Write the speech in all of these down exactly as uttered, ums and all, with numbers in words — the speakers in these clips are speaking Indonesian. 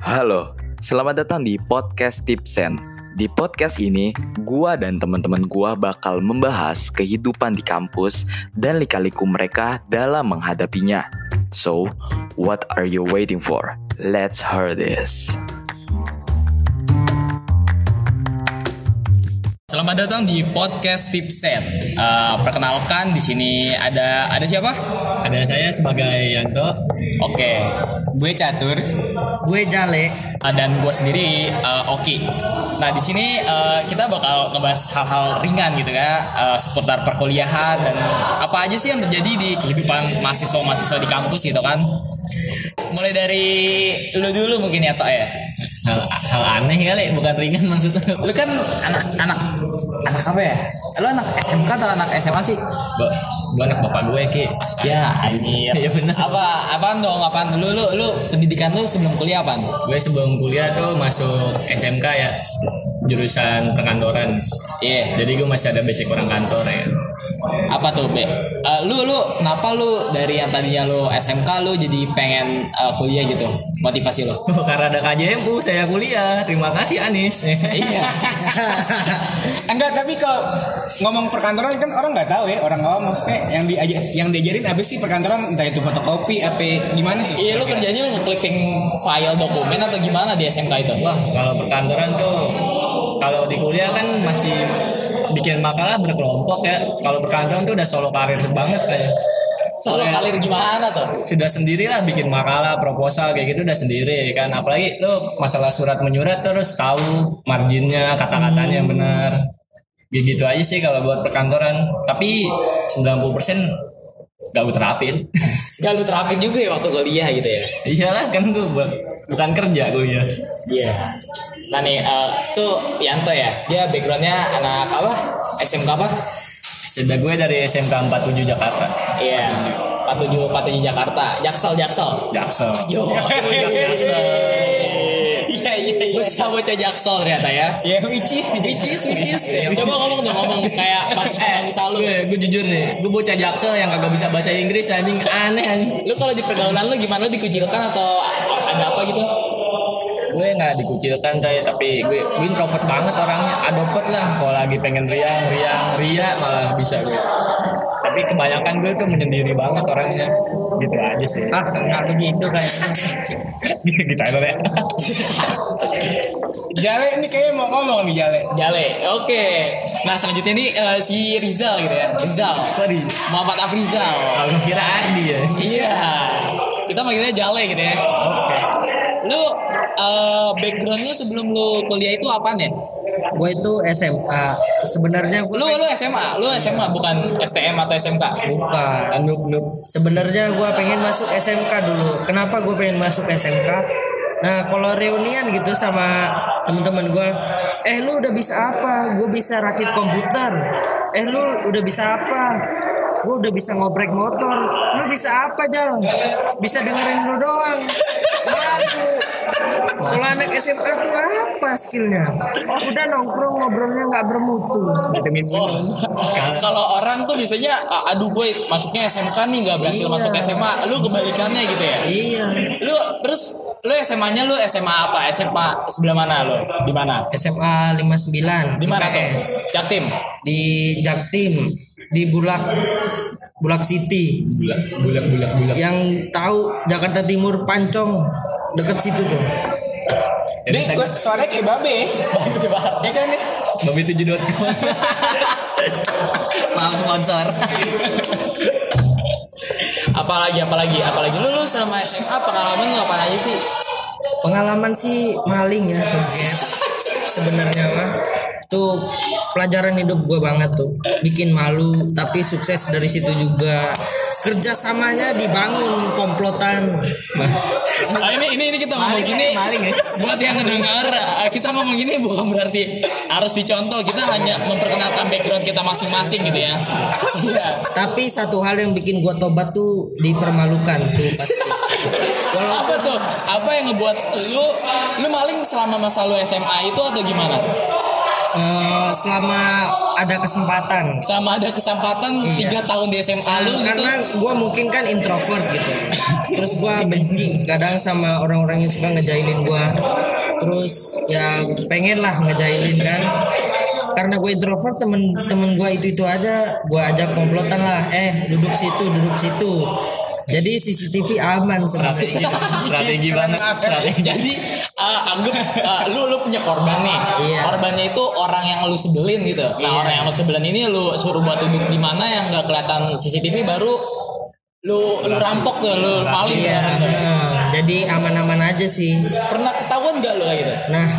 Halo, selamat datang di podcast Tipsen. Di podcast ini, gua dan teman-teman gua bakal membahas kehidupan di kampus dan lika-liku mereka dalam menghadapinya. So, what are you waiting for? Let's hear this. Selamat datang di podcast Tipsen. Uh, perkenalkan di sini ada ada siapa? Ada saya sebagai Yanto. Oke, gue Catur, Gue Jale. uh, dan gue sendiri uh, Oki. Nah di sini uh, kita bakal ngebahas hal-hal ringan gitu ya, uh, seputar perkuliahan dan apa aja sih yang terjadi di kehidupan mahasiswa-mahasiswa di kampus gitu kan. Mulai dari lu dulu mungkin ya Tok ya. Hal, hal aneh kali, bukan ringan maksudnya. Lu kan anak-anak anak apa ya? Lu anak S M K atau anak S M A sih? Gua, gua anak bapak gue Ki. Ya, anjir. Iya benar. Apa apaan dong? Apaan? Lu lu lu pendidikan lu sebelum kuliah apaan? Gue sebelum kuliah tuh masuk S M K ya, jurusan perkantoran. Iya. Jadi gue masih ada basic orang kantor ya. Apa tuh, Be? Uh, lu lu kenapa lu dari yang tadinya lu S M K lu jadi pengen uh, kuliah gitu? Motivasi lu? Oh, karena ada K J M U saya kuliah. Terima kasih Anis. Iya. Enggak, tapi kalau ngomong perkantoran kan orang nggak tahu ya, orang awam maksudnya yang diajar, yang diajarin apa sih perkantoran, entah itu fotokopi apa gimana tuh? Iya, lu kerjanya lu nge-clipping file dokumen atau gimana di S M K itu? Wah, kalau perkantoran tuh kalau di kuliah kan masih bikin makalah berkelompok ya. Kalau perkantoran tuh udah solo karir banget kayak. Solo kalir gimana tuh? Sudah sendirilah bikin makalah, proposal kayak gitu udah sendiri kan. Apalagi lu masalah surat menyurat terus tahu marginnya, kata-katanya yang benar. Gitu aja sih kalau buat perkantoran. Tapi sembilan puluh persen gak gue terapin. Gak lu terapin juga ya waktu kuliah gitu ya? Iyalah kan gue buat, bukan kerja kuliah. Iya. Yeah. Nah nih, uh, tuh Yanto ya, dia backgroundnya anak apa? S M K apa? Sudah gue dari S M K empat puluh tujuh Jakarta. Iya. empat puluh tujuh empat puluh tujuh Jakarta. Jaksel Jaksel. Jaksel. Yo. Jaksel. Iya iya iya. Bocah-bocah Jaksel ternyata ya. Ya which is Which is, which is. Coba ngomong dong, ngomong kayak pakai misal lu. Gue, gue jujur nih, gue bocah Jaksel yang kagak bisa bahasa Inggris anjing, aneh anjing. Lu kalau di pergaulan lu gimana, lu dikucilkan atau ada apa gitu? Gue nggak dikucilkan coy, tapi gue, gue introvert banget orangnya, adovert lah. Kalau lagi pengen riang riang ria malah bisa gue. Tapi kebanyakan gue tuh menyendiri banget orangnya, gitu aja sih. Ah nggak begitu kayaknya. Gitu aja ya. Jale ini kayaknya mau ngomong nih Jale. Jale, oke. Nah selanjutnya ini uh, si Rizal gitu ya, Rizal. Sorry, Muhammad Afrizal. aku kira Ardi ya. Iya. Kita manggilnya Jale gitu ya. Oke. Lu uh, backgroundnya sebelum lu kuliah itu apaan ya? Gue itu S M A. Sebenarnya gue Lu lu S M A, lu S M A bukan S T M atau S M K? bukan. Noob noob. Sebenarnya gue pengen masuk S M K dulu. Kenapa gue pengen masuk S M K? Nah kalau reunian gitu sama teman-teman gue, eh lu udah bisa apa? Gue bisa rakit komputer. Eh lu udah bisa apa? Gue udah bisa ngoprek motor. Lu bisa apa Jal? Bisa dengerin lu doang. Ngaku. Kalau anak S M A tuh apa skillnya? Udah nongkrong ngobrolnya nggak bermutu. Oh, kalau orang tuh biasanya, aduh gue masuknya S M K nih nggak berhasil Iya. masuk S M A. Lu kebalikannya gitu ya? Iya. Lu terus lu S M A-nya lu S M A apa? S M A sebelah mana lu? Di mana? S M A lima puluh sembilan. Di mana tuh? I P S. Jaktim. Di Jaktim, di Bulak Bulak City. Bulak bulak bulak bulak. Yang tahu Jakarta Timur Pancong, deket situ tuh. Deh, kok suaranya kayak babe. Bagus banget. Ya kan deh. babi tujuh dot com. Maaf sponsor. Apalagi apalagi apalagi lu lu selama S M A pengalaman lu apa aja sih? Pengalaman sih maling ya. Sebenarnya mah tuh pelajaran hidup gue banget tuh. Bikin malu tapi sukses dari situ juga. Kerjasamanya dibangun komplotan. Nah, ini ini ini kita ngomong gini maling ya. buat yang mendengar, kita ngomong gini bukan berarti harus dicontoh, kita hanya memperkenalkan background kita masing-masing gitu ya. Iya. Tapi satu hal yang bikin gue tobat tuh dipermalukan tuh pasti. Apa tuh? Apa yang ngebuat lu lu maling selama masa lu S M A itu atau gimana? Eh, selama ada kesempatan. Selama ada kesempatan Iya. tiga tahun di S M A lu gitu. Karena gue mungkin kan introvert gitu. Terus gue benci kadang sama orang-orang yang suka ngejailin gue. Terus ya pengen lah ngejailin kan. Karena gue introvert, temen-temen gue itu itu aja gue ajak komplotan lah. Eh duduk situ, duduk situ. Jadi C C T V aman sebenarnya. Strategi banget. Strategi. Jadi uh, anggap uh, lu lu punya korban nih. Iya. Korbannya itu orang yang lu sebelin gitu. Nah, Iya. orang yang lu sebelin ini lu suruh buat duduk di mana yang enggak kelihatan C C T V, baru lu lu rampok tuh, lu maling Iya. ya. Nah, jadi aman-aman aja sih. Pernah ketahuan enggak lu kayak gitu? Nah,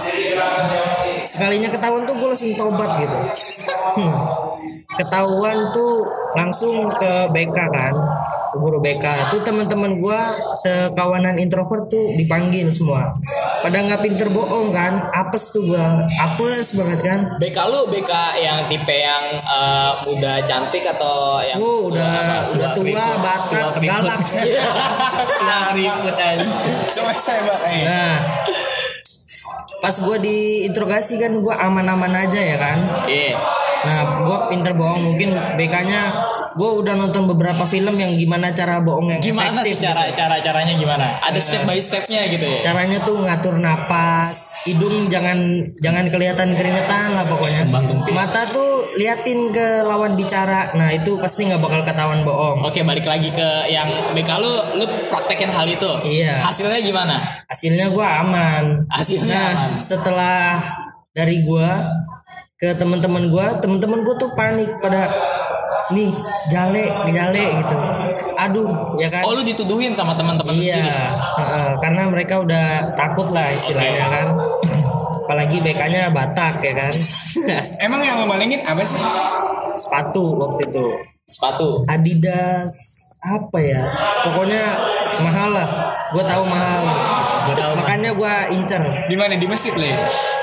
sekalinya ketahuan tuh gue langsung tobat gitu. Hmm. Ketahuan tuh langsung ke B K kan, ke guru B K. Tuh teman-teman gue sekawanan introvert tuh dipanggil semua. Pada nggak pinter bohong kan, apes tuh gue, apes banget kan. B K lu B K yang tipe yang uh, muda cantik atau yang Oh udah udah tua, keriput. batak, Tua keriput. galak. Sudah ribut aja. Coba saya bak. Eh. Nah, pas gue diinterogasi kan gue aman-aman aja ya kan. Iya. Nah, gue pinter bohong, mungkin B K-nya gue udah nonton beberapa film yang gimana cara bohong yang Gimana sih efektif. cara gitu. cara caranya gimana? Ada step by stepnya gitu ya. Caranya tuh ngatur napas, hidung jangan jangan kelihatan keringetan lah pokoknya. Mata tuh liatin ke lawan bicara. Nah, itu pasti nggak bakal ketahuan bohong. Oke, balik lagi ke yang B K lu, lu praktekin hal itu. Iya. Hasilnya gimana? Hasilnya gue aman. Hasilnya Nah, aman. setelah dari gue ke teman-teman gue, teman-teman gue tuh panik pada nih jale jale gitu. Aduh, ya kan. Oh, lu dituduhin sama teman-teman lu Iya, sendiri. heeh, karena mereka udah takut lah istilahnya kan. Apalagi B K-nya Batak ya kan. Emang yang lo malingin apa sih? Sepatu waktu itu Sepatu. Adidas apa ya? Pokoknya mahal lah. Gue tahu mahal. Makanya gue incer Di mana? Di masjid le?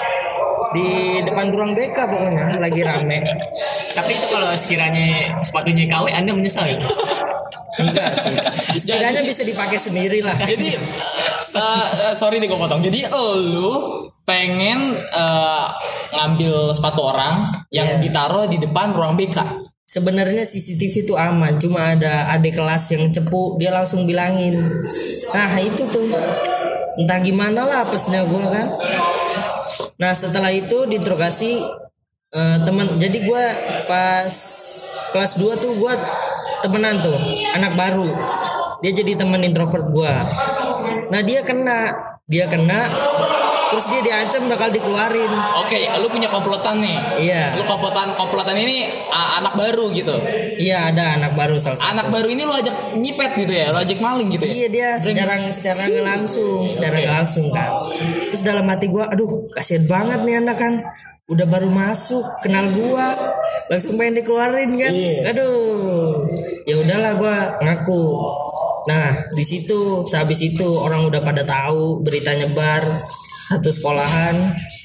di depan ruang B K pokoknya lagi rame. Tapi itu kalau sekiranya sepatunya K W, Anda menyesal ya? Enggak sih. Setidaknya bisa dipakai sendiri lah. Jadi uh, uh, sorry nih gue potong. Jadi lu pengen uh, ngambil sepatu orang yang Iya. ditaruh di depan ruang B K. Sebenarnya C C T V itu aman, cuma ada adik kelas yang cepu, dia langsung bilangin. Nah itu tuh, entah gimana lah apesnya gue kan. Nah setelah itu diinterogasi eh, teman, jadi gue pas kelas dua tuh gue temenan tuh, anak baru. Dia jadi teman introvert gue. Nah dia kena, dia kena, terus dia diancam bakal dikeluarin. Oke, lu punya komplotan nih. Iya. Lu komplotan komplotan ini uh, anak baru gitu. Iya ada anak baru salah satu. Anak baru ini lu ajak nyipet gitu ya, lu ajak maling gitu ya. Iya dia secara secara nggak langsung, secara nggak langsung kan. Terus dalam hati gue, aduh kasihan banget nih anak kan, udah baru masuk, kenal gue, langsung pengen dikeluarin kan. Iya. Aduh, ya udahlah gue ngaku. Nah di situ, sehabis itu orang udah pada tahu, berita nyebar satu sekolahan.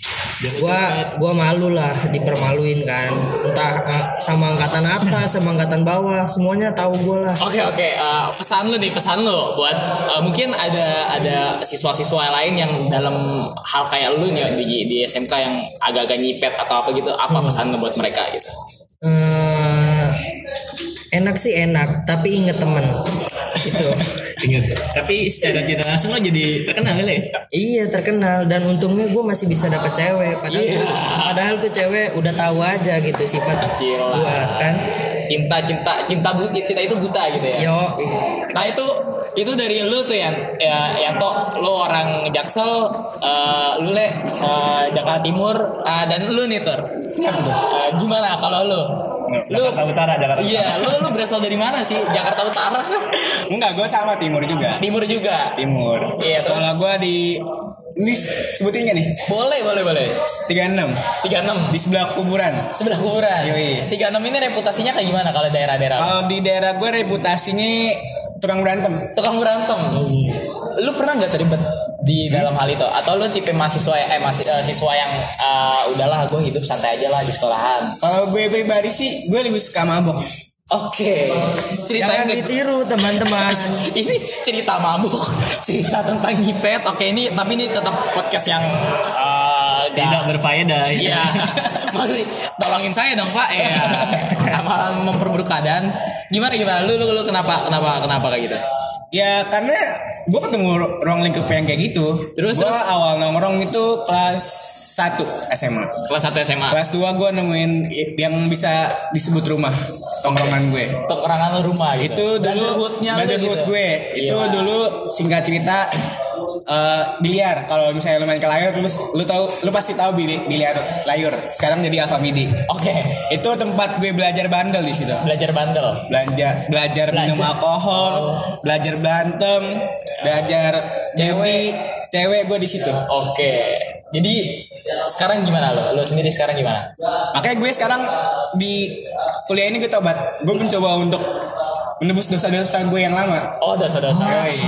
Gua gua malu lah, dipermaluin kan. Entah eh, sama angkatan atas, sama angkatan bawah, semuanya tahu gua lah. Oke oke, uh, pesan lu nih, pesan lu buat uh, mungkin ada ada siswa-siswa lain yang dalam hal kayak lu nih di, di S M K yang agak-agak nyipet atau apa gitu, apa pesan lu buat mereka gitu? Eh, enak sih enak, tapi inget temen itu. Ingat. Tapi secara tidak langsung lo jadi terkenal kali ya? Iya terkenal, dan untungnya gue masih bisa dapet cewek. Padahal, Iya. padahal tuh cewek udah tahu aja gitu sifat Gila. gue kan. Cinta cinta cinta buta, cinta itu buta gitu ya. Yo, Nah itu itu dari lu tuh ya, ya Yanto, lu orang Jaksel, uh, lu le uh, Jakarta Timur, uh, dan lu nih Tur. Uh, gimana kalau lu? Lu Jakarta Utara, Jakarta Utara. Iya, lu lu berasal dari mana sih? Jakarta Utara kah? Enggak, gue sama timur juga. Timur juga. Timur. Iya, terus? Sekolah gue di ini sebutin nggak nih? Boleh, boleh, boleh. tiga puluh enam tiga puluh enam di sebelah kuburan. sebelah kuburan. Yoi. tiga puluh enam ini reputasinya kayak gimana kalau daerah-daerah? Kalau di daerah gue reputasinya tukang berantem. Tukang berantem. Lu pernah nggak terlibat di dalam hal itu? Atau lu tipe mahasiswa eh masih eh, siswa yang eh, udahlah gue hidup santai aja lah di sekolahan? Kalau gue pribadi sih, gue lebih suka mabok. Oke, ceritain jangan ke ditiru teman-teman. ini cerita mabuk, cerita tentang nyipet. Oke, ini tapi ini tetap podcast yang uh, tidak berfaedah. Iya. Maksudnya tolongin saya dong Pak. Ya. Malah memperburuk keadaan. Gimana gimana? Lu lu, lu kenapa kenapa kenapa kayak gitu? Ya karena gue ketemu ruang lingkup yang kayak gitu. Terus, gue terus? awal nongkrong itu kelas satu S M A. Kelas satu S M A. Kelas dua gue nemuin yang bisa disebut rumah tongkrongan gue. Tongkrongan lu rumah gitu. Itu dulu Brotherhood-nya lu brotherhood gitu. gue. Itu Iya. dulu singkat cerita eh biliar. Kalau misalnya lu main ke layar, lu lu tahu lu pasti tahu bili- biliar layur. Sekarang jadi Alfa Midi. Oke. Itu tempat gue belajar bandel di situ. Belajar bandel. Belanja belajar minum Belajar. alkohol, belajar berantem, belajar Cewek. judi, cewek gue di situ. Oke. Jadi sekarang gimana lo? Lo sendiri sekarang gimana? Makanya gue sekarang di kuliah ini gue tobat. Gue mencoba untuk menebus dosa-dosa gue yang lama. Oh, dosa-dosa.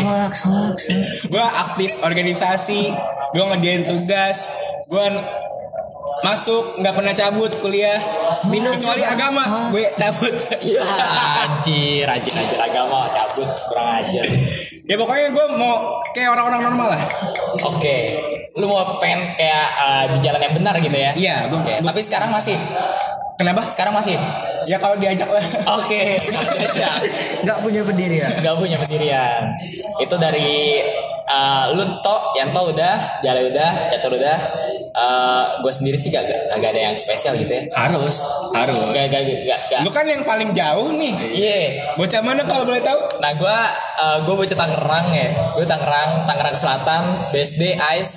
Gue aktif organisasi, gue ngerjain tugas, gue masuk nggak pernah cabut kuliah, kecuali agama gue cabut. Ya, anjir, anjir, anjir agama cabut kurang ajar. Ya pokoknya gue mau kayak orang-orang normal lah. Oke. Lu mau pengen kayak uh, di jalan yang benar gitu ya? Iya, gue. Oke. Tapi sekarang masih. Kenapa? Sekarang masih. Ya kalau diajak lah. Oke. Ya. Nggak punya pendirian. Gak punya pendirian. Itu dari uh, lu Tok, Yanto udah, Jale udah, Catur udah. Uh, gue sendiri sih gak, gak, gak ada yang spesial gitu ya. Harus, harus. Gak, gak, gak, gak, gak. Lu kan yang paling jauh nih. Iya. Bocah mana kalau boleh tahu? Nah gue uh, gue bocah Tangerang ya. Gue Tangerang, Tangerang Selatan, B S D, A I S,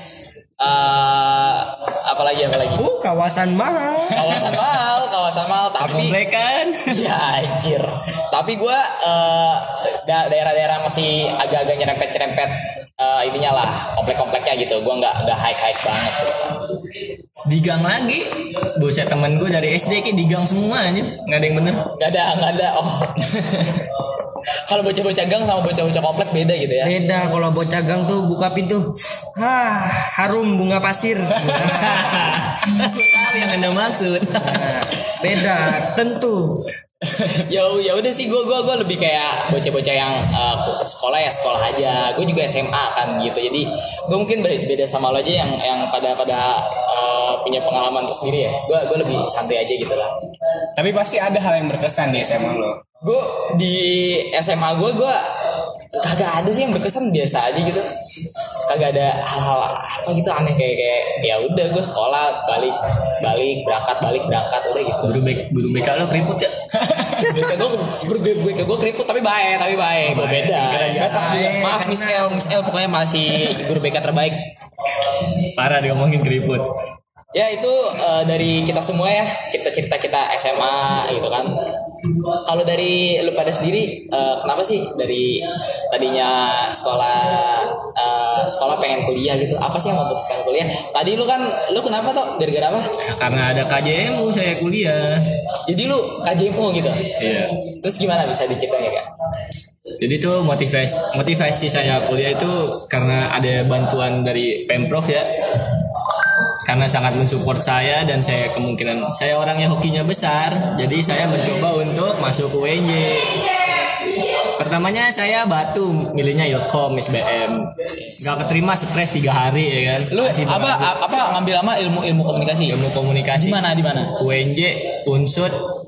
uh, apalagi apalagi. Uh, kawasan mahal. Kawasan mahal, kawasan mahal. Tapi Komplekan. ya anjir. Tapi gue uh, da- daerah-daerah masih agak-agak nyerempet-nyerempet uh, ininya lah, komplek-kompleknya gitu. Gue nggak nggak high-high banget. Di gang lagi. Buset, temen gue dari S D kayak di gang semua aja. Nggak ada yang bener. Nggak ada, nggak ada. Oh. Kalau bocah-bocah gang sama bocah-bocah komplek beda gitu ya. Beda kalau bocah gang tuh buka pintu. Hah, harum bunga pasir. Nah, Tahu yang anda maksud. nah, beda, tentu. ya ya udah sih gue gue gue lebih kayak bocah-bocah yang uh, ke sekolah ya sekolah aja. Gue juga S M A kan gitu. Jadi gue mungkin beda, beda sama lo aja yang yang pada pada uh, punya pengalaman tersendiri ya. Gue gue lebih santai aja gitu lah. Tapi pasti ada hal yang berkesan di S M A lo. Gue di S M A gue gue kagak ada sih yang berkesan, biasa aja gitu. Kagak ada hal-hal apa gitu aneh kayak kayak ya udah gue sekolah balik balik berangkat balik berangkat udah gitu. Guru B K, guru B K lo keriput ya? Gue gue gue gue keriput tapi baik tapi baik gue beda. Batak juga. Maaf Miss L Miss L pokoknya masih guru B K terbaik. Parah diomongin keriput. Ya itu uh, dari kita semua ya, cerita-cerita kita S M A gitu kan. Kalau dari lu pada sendiri uh, kenapa sih dari tadinya sekolah uh, sekolah pengen kuliah gitu? Apa sih yang memutuskan kuliah? Tadi lu kan lu kenapa tuh? Gara-gara apa? Ya, karena ada K J M U saya kuliah. Jadi lu K J M U gitu. Iya. Terus gimana bisa diceritain Kak? Jadi tuh motivasi motivasi saya kuliah itu karena ada bantuan dari Pemprov ya. Karena sangat mensupport saya dan saya kemungkinan saya orangnya hokinya besar, jadi saya mencoba untuk masuk U N J. Pertamanya saya Batu, milihnya Yotkom S B M. Gak keterima, stres tiga hari ya kan. Lu Masih apa berlanjut. apa ngambil lama ilmu ilmu komunikasi? Ilmu komunikasi. Di mana di mana? U N J, Unsud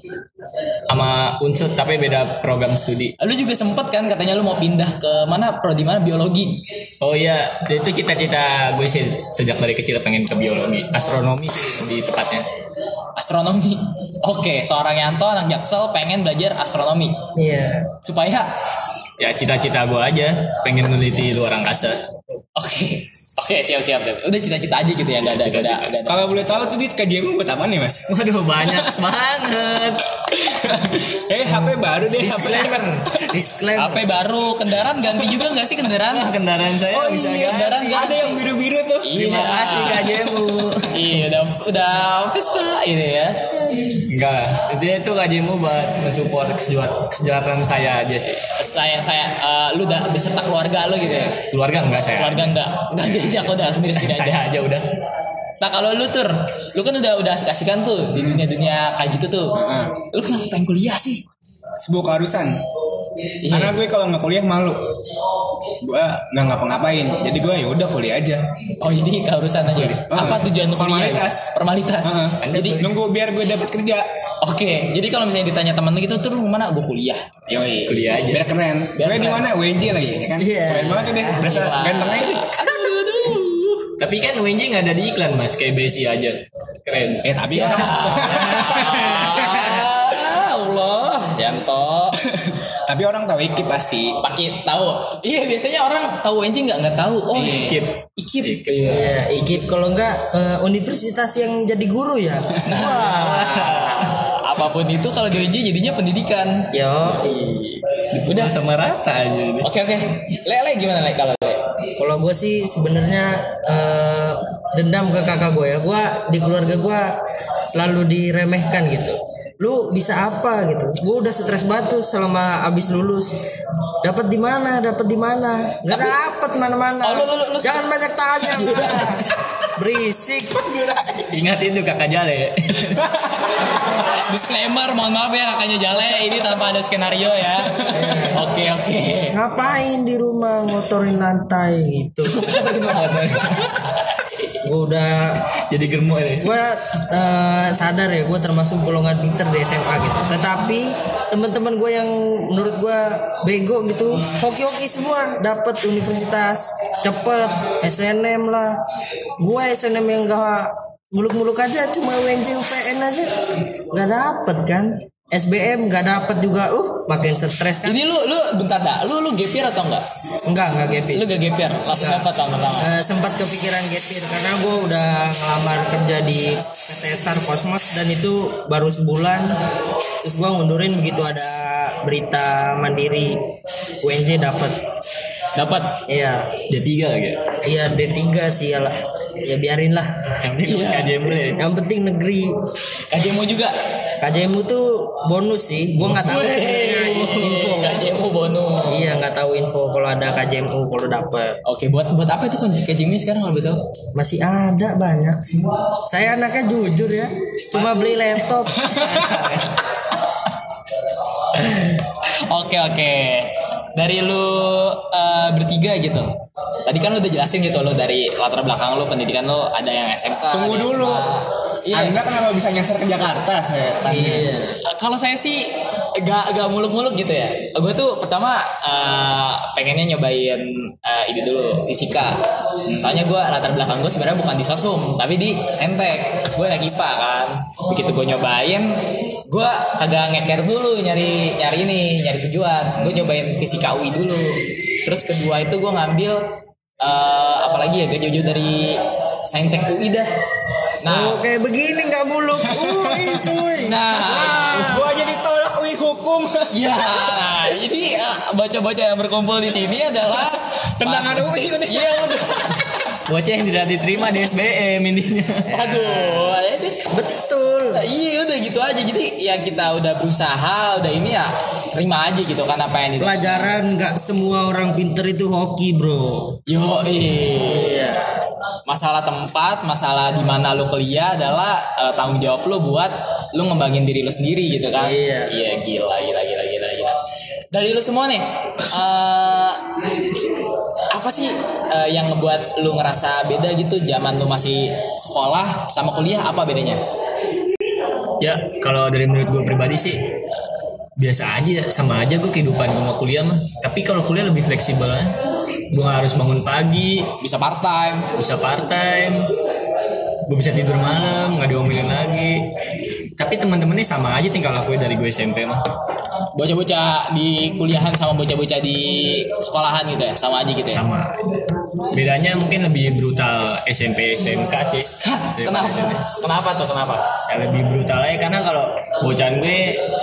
sama Unsud tapi beda program studi. Lu juga sempet kan katanya lu mau pindah ke mana prodi mana biologi. Oh iya, itu cita-cita gue sih sejak dari kecil pengen ke biologi, astronomi sih lebih tepatnya. Astronomi. Oke, seorang Yanto anak Jaksel pengen belajar astronomi Iya. supaya Ya cita-cita gue aja pengen meneliti luar angkasa. oke. Oke, siap siap siap. Udah cita-cita aja gitu ya, enggak ada enggak ada, nggak ada. Kalau boleh tahu tuh di K J M buat apa nih mas? Waduh banyak banget. Eh H P baru deh. H P Disclaimer. Disclaimer. H P baru, kendaraan ganti juga enggak sih kendaraan? Kendaraan saya Oh bisa iya, kendaraan ada ganti. yang biru-biru tuh. Terima kasih K J M U. Iya, udah udah Vespa ini ya. Enggak, dia itu K J M U buat mensupport kesejahteraan kesejahteraan saya aja sih. Saya saya eh, lu udah beserta keluarga lu gitu ya. Keluarga enggak saya. Keluarga enggak. Enggak diajak udah sendiri-sendiri aja. Saya aja udah. Nah kalau lu tur, lu kan udah udah asik-asikan tuh di dunia-dunia kayak gitu tuh. Heeh. Lu kenapa pengen kuliah sih? Sebuah keharusan. Iya. Karena gue kalau nggak kuliah malu. gue nggak ngapa-ngapain. Jadi gue ya udah kuliah aja. Oh jadi keharusan aja. Uh, Apa tujuan lu kuliah? formalitas. Formalitas. Uh, Jadi nunggu biar gue dapat kerja. Oke, jadi kalau misalnya ditanya temen gitu tuh lu mana? Gue kuliah. Yoi, Kuliah aja. biar keren. Biar Gue di keren. mana? W N J lagi ya kan? Iya. Keren banget tuh deh. Berasa Gila. ganteng aja deh. Tapi kan W N J nggak ada di iklan mas, kayak Besi aja. Keren. Eh tapi orang Ah, Allah, Yanto. tapi orang tahu Ikip pasti. Pakai tahu. Iya, biasanya orang tahu W N J nggak nggak tahu. Oh, Iya. Ikip. Ikip. Iya, Ikip kalau enggak eh, universitas yang jadi guru ya. Wah. Apapun itu kalau di W N J jadinya pendidikan. Yo, Udah. Sama rata aja. Oke oke. Le le gimana le kalau le? kalau gue sih sebenarnya eh, dendam ke kakak gue ya. Gue di keluarga gue selalu diremehkan gitu. Lu bisa apa gitu? Gue udah stres batu selama abis lulus. Dapat di mana? Dapat di mana? Gak dapat mana-mana. Oh, lu- lu- lu- Jangan banyak tanya. Mas. Berisik. Ingat itu kakak Jale. Disclaimer, mohon maaf ya kakaknya Jale, ini tanpa ada skenario ya. Oke oke. Ngapain di rumah ngotorin lantai gitu? Gue udah Jadi germo ya. gue uh, sadar ya gue termasuk golongan pinter di S M A gitu, tetapi teman-teman gue yang menurut gue bego gitu hoki-hoki semua dapat universitas cepet S N M lah. Gue S N M yang gak muluk-muluk aja cuma U N J U P N aja gak dapet kan. S B M gak dapet juga, uh makin stres kan. Ini lu lu bentar dah, lu lu gapir atau enggak? Enggak enggak gapir. Lu gak gapir, langsung dapat tahun pertama. Eh, sempat kepikiran gapir karena gue udah ngelamar kerja di P T Star Cosmos dan itu baru sebulan, terus gue ngundurin begitu ada berita Mandiri U N J dapet. Dapat. Iya, D tiga lagi. iya D tiga sih ya lah, ya biarin lah. Yang penting Iya. K J M lu ya. Yang penting negeri. K J M U juga. K J M U tuh bonus sih, gue nggak tahu sebenarnya info. K J M U bonus. Iya nggak tahu info kalau ada K J M U kalau dapet. Oke, buat buat apa itu K J M U sekarang kalau betul? Masih ada banyak sih. Saya anaknya jujur ya, cuma beli laptop. Oke oke. Dari lu eh, bertiga gitu. Tadi kan lu udah jelasin gitu lo dari latar belakang lu, pendidikan lu ada yang S M K. Tunggu ada dulu. S M A. Iya. Anda kenapa bisa nyasar ke Jakarta? Saya tanya. Iya. Kalau saya sih gak gak muluk-muluk gitu ya. Gue tuh pertama eh, pengennya nyobain eh, ini dulu fisika. Soalnya gue latar belakang gue sebenarnya bukan di sosum tapi di Sentek. Gue anak I P A kan. Begitu gue nyobain, gue kagak ngeker dulu nyari nyari ini nyari tujuan. Gue nyobain fisika U I dulu. Terus kedua itu gue ngambil eh, apalagi ya gak jauh-jauh dari Saintek U I dah. Nah, Oh kayak begini nggak muluk. Ui cuy. nah. Gua aja ditolak wih hukum. Ya, jadi eh, bocah-bocah yang berkumpul di sini adalah Tendangan U I udah. Iya udah. Bocah yang tidak diterima di S B M intinya. Aduh, ya jadi Betul. Nah, iya udah gitu aja. Jadi ya kita udah berusaha, udah ini ya terima aja gitu kan apa yang itu. Pelajaran nggak semua orang pinter itu hoki bro. Yo, Iya. masalah tempat, masalah di mana lu kuliah adalah eh, tanggung jawab lu buat lu ngembangin diri lu sendiri gitu kan. Iya. Iya gila gila gila gila gila. Dari lu semua nih, eh apa sih eh, yang ngebuat lu ngerasa beda gitu zaman lu masih sekolah sama kuliah, apa bedanya? Ya kalau dari menurut gue pribadi sih biasa aja, sama aja gue kehidupan gue mau kuliah mah. Tapi kalau kuliah lebih fleksibel aja. Gue gak harus bangun pagi, Bisa part time. bisa part time, gue bisa tidur malam, nggak diomelin lagi. Tapi teman-temannya sama aja tinggal lakuin dari gue S M P mah. Bocah-bocah di kuliahan sama bocah-bocah di sekolahan gitu ya, sama aja gitu ya. Sama. Bedanya mungkin lebih brutal S M P S M K sih. Kenapa? Kenapa tuh? Kenapa? Ya lebih brutal aja karena kalau bocahan gue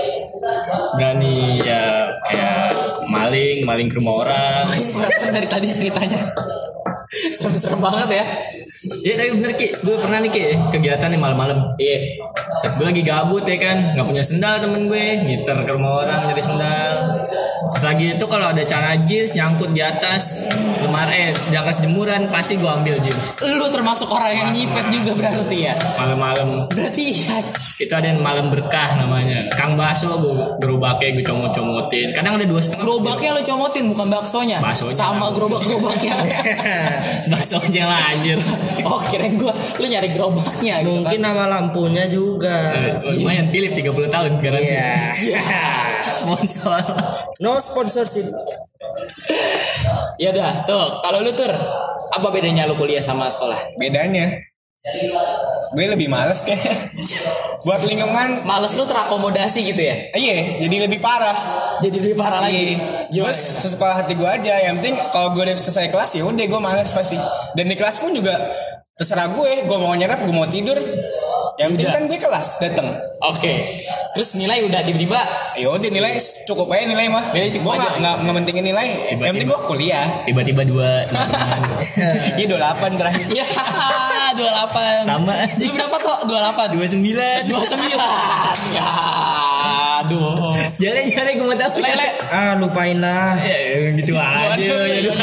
berani ya kayak maling, maling ke rumah orang. Perasaan dari tadi ceritanya serem-serem banget ya. Iya tapi bener Ki, gue pernah nih Ki kegiatan nih malam-malam. Iya. Set gue lagi gabut ya kan, nggak punya sendal temen gue, ngiter ke rumah orang nyari sendal. Selagi itu kalau ada celana jeans nyangkut di atas lemari, eh, di atas jemuran pasti gue ambil jeans. Lu termasuk orang yang nyipet juga berarti ya. Malam-malam. Berarti ya. Itu ada yang malam berkah namanya. Kang Baso gue gerobaknya gue comot-comotin. Kadang ada dua setengah. Gerobaknya lu comotin bukan baksonya. Baksonya. Sama gerobak-gerobaknya. Baksonya lah anjir. Oh kirain gue lu nyari gerobaknya gitu Mungkin kan. nama lampunya juga. Eh, Lumayan Philip tiga puluh tahun garansi. Iya. Ya. Sponsor. No sponsorship. Ya udah, tuh kalau lu tur apa bedanya lu kuliah sama sekolah? Bedanya gue lebih males kayak buat lingkungan. Males lu terakomodasi gitu ya? Iya, jadi lebih parah. Jadi lebih parah lagi. Gue Gimana? sesuka hati gue aja. Yang penting kalau gue udah selesai kelas ya udah gue males pasti. Dan di kelas pun juga terserah gue. Gue mau nyerap, gue mau tidur. Yang penting kan gue kelas dateng. Oke. Terus nilai udah tiba-tiba. Ya udah nilai cukup aja nilai mah. Nilai cukup Gue aja. nggak nggak nggak pentingin nilai. Tiba-tiba. Yang penting gue kuliah. Tiba-tiba dua. Iya dua delapan terakhir. Ya, dua puluh delapan. Sama aja. Lu berapa tuh? dua puluh delapan. Dua sembilan. dua puluh sembilan. Ya, aduh. Jare-jare gue mau tahu. Lele. Ah lupain lah. Ya gitu aja. Ya,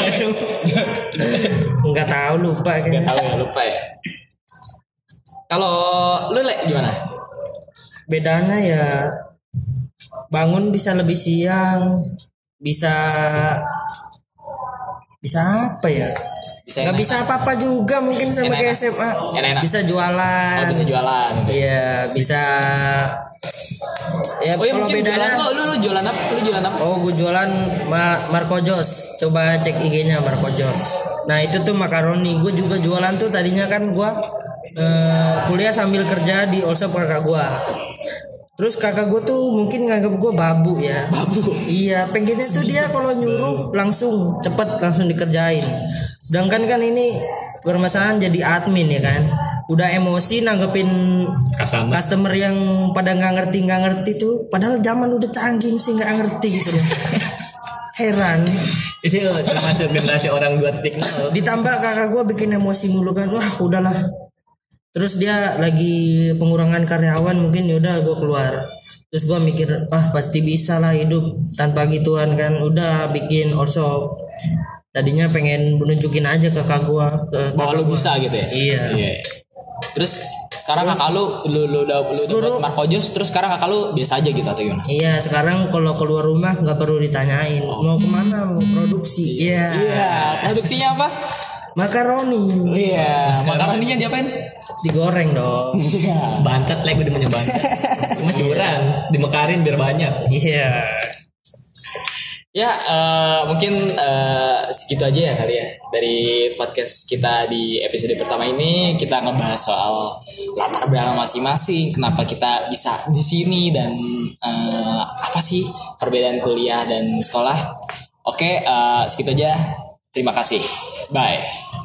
Nggak tahu lupa kan. Gak tahu ya, lupa ya. Kalau lu Le gimana? Bedanya ya bangun bisa lebih siang, bisa bisa apa ya? Bisa Nggak enak. bisa apa-apa juga mungkin sama Enak-enak. kayak S M A. Enak-enak. Bisa jualan. Oh, bisa jualan gitu. Iya, bisa. Ya Oh ya kalau mungkin bedanya. jualan lu, lu, lu jualan apa? Lu jualan apa? Oh, gue jualan Ma Marco Jos. Coba cek I G-nya Marco Jos. Nah, itu tuh makaroni. Gue juga jualan tuh tadinya kan gue eh, kuliah sambil kerja di all shop kakak gue. Terus kakak gue tuh mungkin nganggap gue babu ya. Babu. Iya, pengennya tuh dia kalau nyuruh langsung cepet langsung dikerjain. Sedangkan kan ini permasalahan jadi admin ya kan. Udah emosi nanggepin Customer. customer yang pada nggak ngerti nggak ngerti tuh. Padahal zaman udah canggih sih nggak ngerti gitu loh. Heran. Itu termasuk generasi orang dua titik nol. Ditambah kakak gue bikin emosi mulu kan. Wah udahlah. Terus dia lagi pengurangan karyawan mungkin yaudah gue keluar. Terus gue mikir ah pasti bisa lah hidup tanpa gituan kan. Udah bikin workshop. Tadinya pengen menunjukin aja ke kakak gue ke Bahwa lu bisa gitu ya? Iya. Iya. Terus sekarang kakak lu lu lu udah lu udah Seluruh- buat Marco Jos, terus sekarang kakak lu biasa aja gitu atau gimana? Iya sekarang kalau keluar rumah nggak perlu ditanyain mau kemana mau produksi. Iya. Iya, produksinya apa? Makaroni Iya, makaroninya diapain? digoreng dong. Iya. Bantet lah gue demennya bantet. Cuma curang, dimekarin biar banyak. Iya. Ya, eh, mungkin eh, segitu aja ya kali ya dari podcast kita di episode pertama ini. Kita ngebahas soal latar belakang masing-masing, kenapa kita bisa di sini dan eh, apa sih perbedaan kuliah dan sekolah. Oke, eh, segitu aja. Terima kasih. Bye.